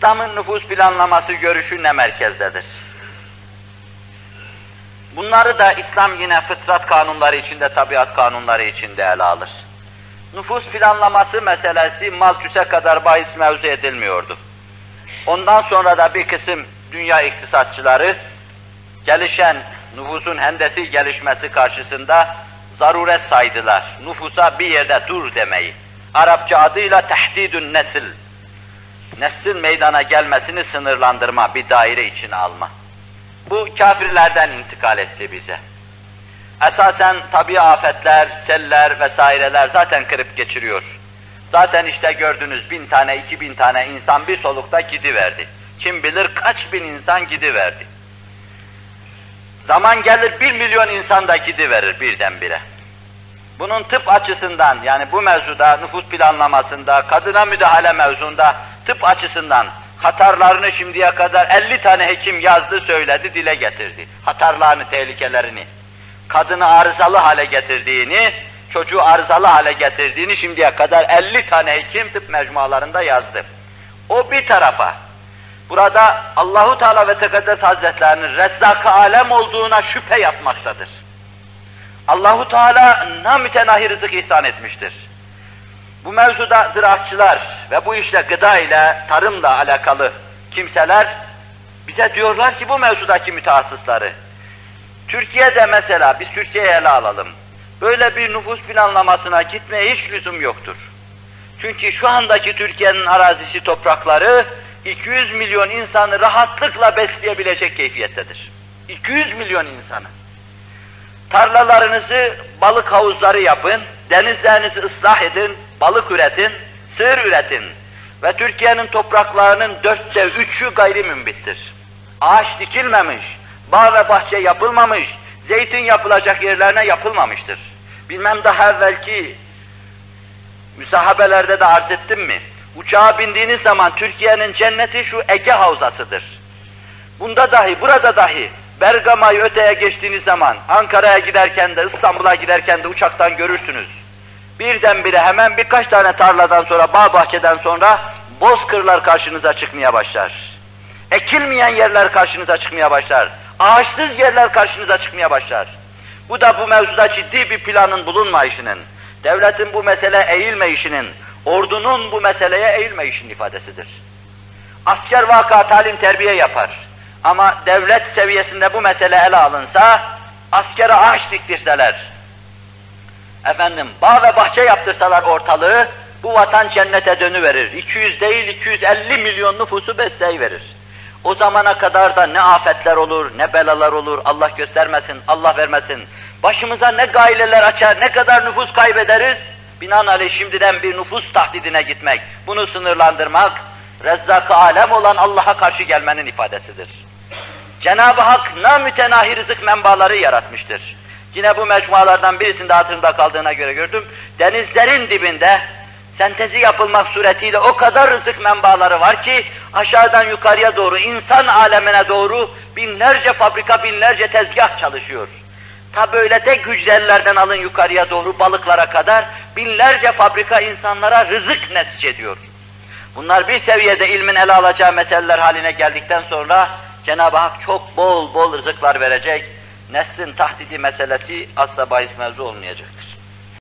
İslam'ın nüfus planlaması görüşü ne merkezdedir? Bunları da İslam yine fıtrat kanunları içinde, tabiat kanunları içinde ele alır. Nüfus planlaması meselesi Malthus'e kadar bahis mevzu edilmiyordu. Ondan sonra da bir kısım dünya iktisatçıları gelişen nüfusun hendesi gelişmesi karşısında zaruret saydılar. Nüfusa bir yerde dur demeyi. Arapça adıyla tehdidün nesil. Neslin meydana gelmesini sınırlandırma, bir daire içine alma. Bu kafirlerden intikal etti bize. Esasen tabii afetler, seller vesaireler zaten kırıp geçiriyor. Zaten işte gördünüz 1000 tane, 2000 tane insan bir solukta gidiverdi. Kim bilir kaç bin insan gidiverdi. Zaman gelir 1 milyon insan da gidiverir birdenbire. Bunun tıp açısından, yani bu mevzuda, nüfus planlamasında, kadına müdahale mevzunda tıp açısından hatarlarını şimdiye kadar 50 tane hekim yazdı, söyledi, dile getirdi. Hatarlarını, tehlikelerini, kadını arızalı hale getirdiğini, çocuğu arızalı hale getirdiğini şimdiye kadar 50 tane hekim tıp mecmualarında yazdı. O bir tarafa. Burada Allahu Teala ve Tekaddes Hazretlerinin Rezzak-ı Alem olduğuna şüphe yapmaktadır. Allahu Teala namütenahi rızık ihsan etmiştir. Bu mevzuda ziraatçılar ve bu işle gıda ile, tarımla alakalı kimseler bize diyorlar ki bu mevzudaki mütehassısları, Türkiye'de mesela, biz Türkiye'yi ele alalım, böyle bir nüfus planlamasına gitmeye hiç lüzum yoktur. Çünkü şu andaki Türkiye'nin arazisi, toprakları 200 milyon insanı rahatlıkla besleyebilecek keyfiyettedir. 200 milyon insanı. Tarlalarınızı, balık havuzları yapın, denizlerinizi ıslah edin, balık üretin, sığır üretin. Ve Türkiye'nin topraklarının 3'ü gayrimünbittir. Ağaç dikilmemiş, bağ ve bahçe yapılmamış, zeytin yapılacak yerlerine yapılmamıştır. Bilmem daha evvelki müsahabelerde de arz ettim mi? Uçağa bindiğiniz zaman Türkiye'nin cenneti şu Ege Havzası'dır. Bunda dahi, burada dahi Bergama'yı öteye geçtiğiniz zaman, Ankara'ya giderken de, İstanbul'a giderken de uçaktan görürsünüz. Birdenbire hemen birkaç tane tarladan sonra, bağ bahçeden sonra bozkırlar karşınıza çıkmaya başlar. Ekilmeyen yerler karşınıza çıkmaya başlar. Ağaçsız yerler karşınıza çıkmaya başlar. Bu da bu mevzuda ciddi bir planın bulunmayışının, devletin bu mesele eğilmeyişinin, ordunun bu meseleye eğilmeyişinin ifadesidir. Asker vaka talim terbiye yapar. Ama devlet seviyesinde bu mesele ele alınsa, askere ağaç diktirseler, bağ ve bahçe yaptırsalar ortalığı, bu vatan cennete dönüverir. 200 değil, 250 milyon nüfusu besleyiverir. O zamana kadar da ne afetler olur, ne belalar olur, Allah göstermesin, Allah vermesin. Başımıza ne gaileler açar, ne kadar nüfus kaybederiz. Binaenaleyh şimdiden bir nüfus tahdidine gitmek, bunu sınırlandırmak, Rezzak-ı Alem olan Allah'a karşı gelmenin ifadesidir. Cenab-ı Hak namütenahi rızık menbaları yaratmıştır. Yine bu mecmualardan birisinde hatırımda kaldığına göre gördüm, denizlerin dibinde sentezi yapılmak suretiyle o kadar rızık menbaları var ki, aşağıdan yukarıya doğru, insan alemine doğru binlerce fabrika, binlerce tezgah çalışıyor. Ta böyle tek hücrelerden alın yukarıya doğru balıklara kadar, binlerce fabrika insanlara rızık nesç ediyor. Bunlar bir seviyede ilmin ele alacağı meseleler haline geldikten sonra, Cenab-ı Hak çok bol bol rızıklar verecek, neslin tahdidi meselesi asla bahis mevzu olmayacak.